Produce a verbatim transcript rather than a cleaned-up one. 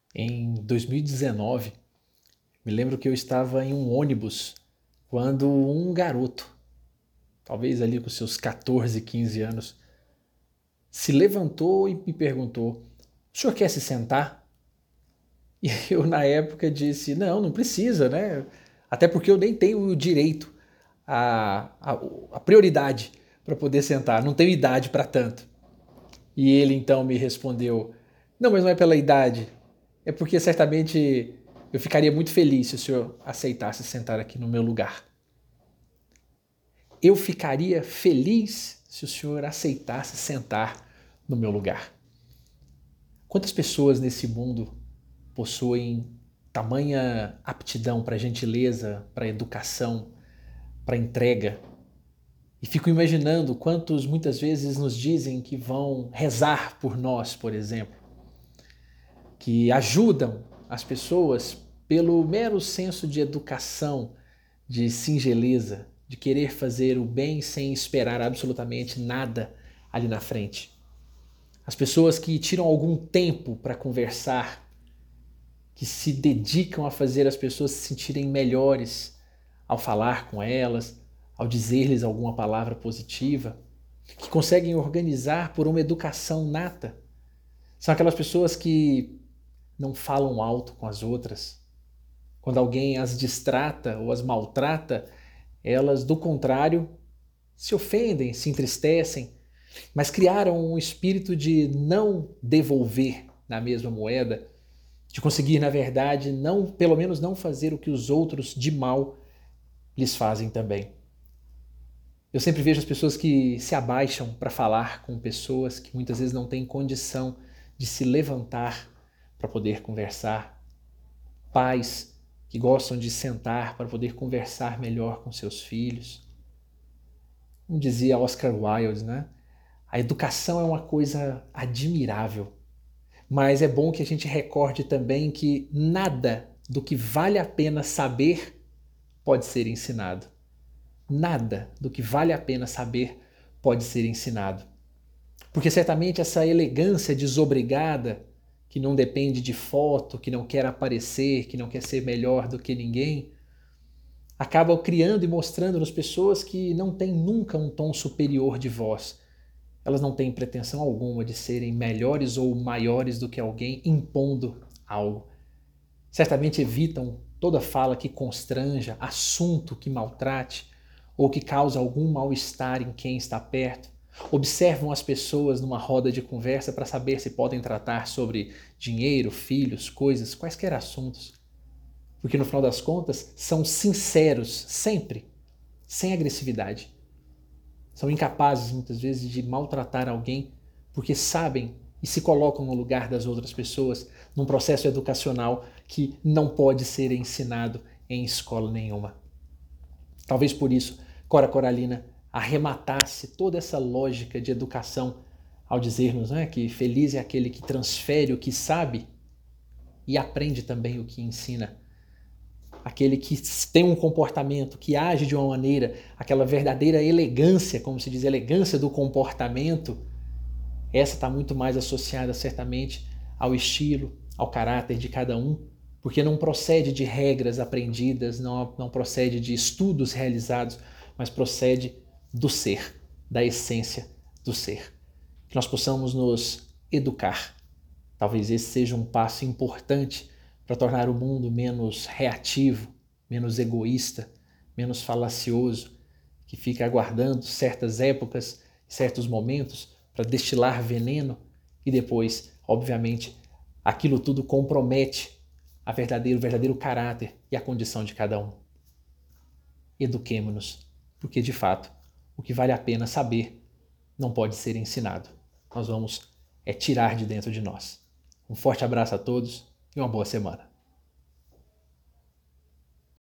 Em dois mil e dezenove, me lembro que eu estava em um ônibus quando um garoto, talvez ali com seus catorze, quinze anos, se levantou e me perguntou: "O senhor quer se sentar?" E eu, na época, disse: "Não, não precisa, né? Até porque eu nem tenho o direito, a, a, a prioridade para poder sentar, não tenho idade para tanto." E ele então me respondeu: "Não, mas não é pela idade, é porque certamente eu ficaria muito feliz se o senhor aceitasse sentar aqui no meu lugar." Eu ficaria feliz se o senhor aceitasse sentar no meu lugar. Quantas pessoas nesse mundo possuem tamanha aptidão para gentileza, para educação, para entrega? E fico imaginando quantos muitas vezes nos dizem que vão rezar por nós, por exemplo, que ajudam as pessoas pelo mero senso de educação, de singeleza, de querer fazer o bem sem esperar absolutamente nada ali na frente. As pessoas que tiram algum tempo para conversar, que se dedicam a fazer as pessoas se sentirem melhores ao falar com elas, ao dizer-lhes alguma palavra positiva, que conseguem organizar por uma educação nata. São aquelas pessoas que não falam alto com as outras. Quando alguém as distrata ou as maltrata, elas, do contrário, se ofendem, se entristecem, mas criaram um espírito de não devolver na mesma moeda, de conseguir, na verdade, não, pelo menos não fazer o que os outros de mal lhes fazem também. Eu sempre vejo as pessoas que se abaixam para falar com pessoas que muitas vezes não têm condição de se levantar para poder conversar. Pais que gostam de sentar para poder conversar melhor com seus filhos. Como dizia Oscar Wilde, né? A educação é uma coisa admirável, mas é bom que a gente recorde também que nada do que vale a pena saber pode ser ensinado. Nada do que vale a pena saber pode ser ensinado. Porque certamente essa elegância desobrigada, que não depende de foto, que não quer aparecer, que não quer ser melhor do que ninguém, acaba criando e mostrando nas pessoas que não têm nunca um tom superior de voz. Elas não têm pretensão alguma de serem melhores ou maiores do que alguém impondo algo. Certamente evitam toda fala que constranja, assunto que maltrate ou que cause algum mal-estar em quem está perto. Observam as pessoas numa roda de conversa para saber se podem tratar sobre dinheiro, filhos, coisas, quaisquer assuntos. Porque no final das contas são sinceros sempre, sem agressividade. São incapazes muitas vezes de maltratar alguém porque sabem e se colocam no lugar das outras pessoas num processo educacional que não pode ser ensinado em escola nenhuma. Talvez por isso Cora Coralina arrematasse toda essa lógica de educação ao dizer-nos, né, que feliz é aquele que transfere o que sabe e aprende também o que ensina. Aquele que tem um comportamento, que age de uma maneira, aquela verdadeira elegância, como se diz, elegância do comportamento, essa está muito mais associada certamente ao estilo, ao caráter de cada um, porque não procede de regras aprendidas, não, não procede de estudos realizados, mas procede do ser, da essência do ser. Que nós possamos nos educar. Talvez esse seja um passo importante para tornar o mundo menos reativo, menos egoísta, menos falacioso, que fica aguardando certas épocas, certos momentos para destilar veneno e depois, obviamente, aquilo tudo compromete a verdadeiro, o verdadeiro caráter e a condição de cada um. Eduquemo-nos, porque de fato o que vale a pena saber não pode ser ensinado. Nós vamos é tirar de dentro de nós. Um forte abraço a todos e uma boa semana.